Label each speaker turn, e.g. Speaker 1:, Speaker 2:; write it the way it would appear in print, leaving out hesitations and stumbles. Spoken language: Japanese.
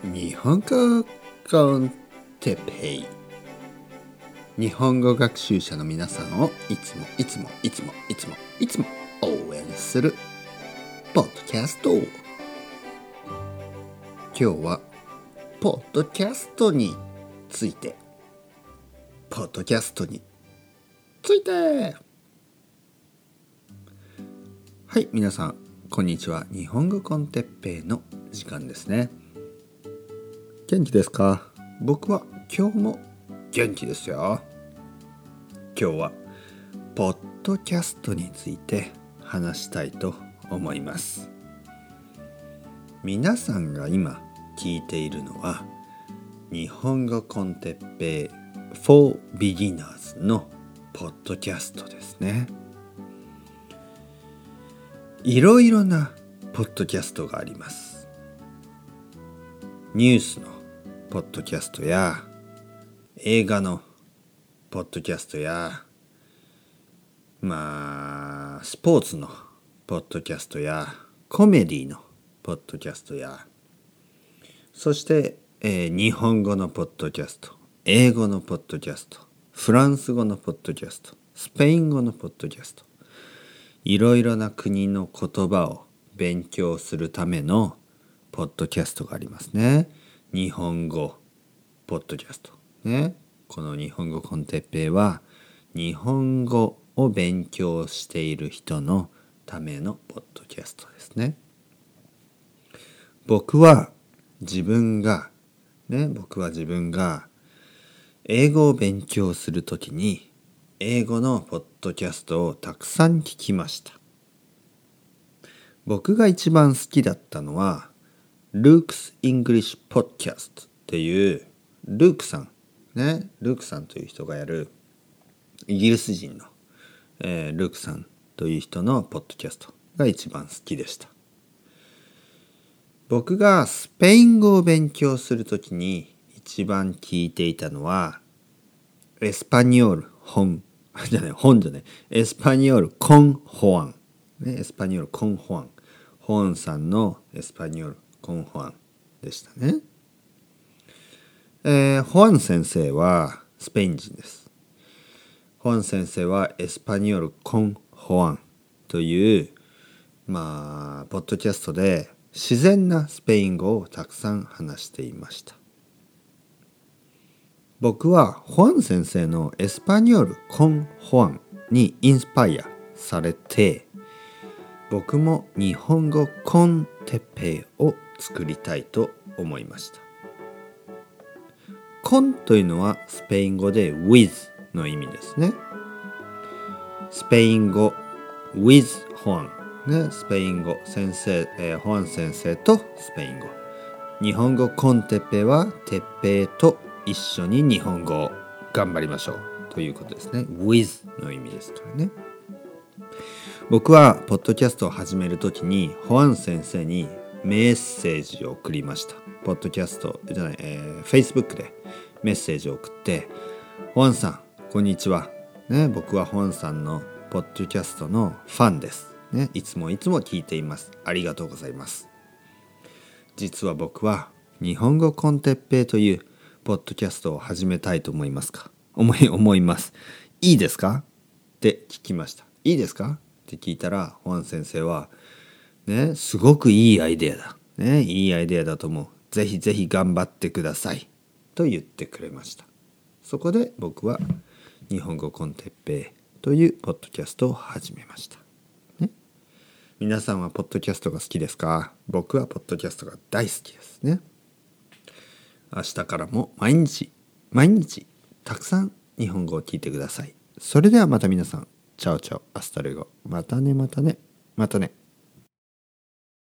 Speaker 1: 日本語コンテペイ。日本語学習者の皆さんをいつも応援するポッドキャスト。今日はポッドキャストについてはい、皆さんこんにちは。日本語コンテッペイの時間ですね。元気ですか？僕は今日も元気ですよ。今日はポッドキャストについて話したいと思います。皆さんが今聞いているのは日本語コンテッペイ for Beginners のポッドキャストですね。いろいろなポッドキャストがあります。ニュースのポッドキャストや映画のポッドキャストやスポーツのポッドキャストやコメディのポッドキャストやそして、日本語のポッドキャスト、英語のポッドキャスト、フランス語のポッドキャスト、スペイン語のポッドキャスト、いろいろな国の言葉を勉強するためのポッドキャストがありますね。日本語ポッドキャストね。この日本語コンテッペイは日本語を勉強している人のためのポッドキャストですね。僕は自分が英語を勉強するときに英語のポッドキャストをたくさん聞きました。僕が一番好きだったのはLuke's English Podcast っていうルークさんという人がやるイギリス人の、ルークさんという人のポッドキャストが一番好きでした。僕がスペイン語を勉強するときに一番聞いていたのはエスパニョールコンホアン、エスパニョールコンホアン、ホアンさんのエスパニョールコンホアンでしたね。ホアン先生はスペイン人です。ホアン先生はエスパニョールコンホアンというポッドキャストで自然なスペイン語をたくさん話していました。僕はホアン先生のエスパニョールコンホアンにインスパイアされて、僕も日本語コンテッペイを作りたいと思いました。コンというのはスペイン語で with の意味ですね。スペイン語 with ホアン、スペイン語先生、ホアン先生とスペイン語。日本語コンテッペイはテッペイと一緒に日本語を頑張りましょうということですね。with の意味ですからね。僕はポッドキャストを始めるときにホアン先生にメッセージを送りました。Facebook でメッセージを送って、ホアンさんこんにちは、僕はホアンさんのポッドキャストのファンです、いつも聞いています。ありがとうございます。実は僕は日本語コンテッペイというポッドキャストを始めたいと思います。いいですかって聞きました。いいですかって聞いたらホアン先生はすごくいいアイデアだ、いいアイデアだと思う。ぜひぜひ頑張ってくださいと言ってくれました。そこで僕は日本語コンテッペイというポッドキャストを始めました、皆さんはポッドキャストが好きですか？僕はポッドキャストが大好きですね。明日からも毎日たくさん日本語を聞いてください。それではまた皆さん、チャオチャオ、アスタルゴ、またね。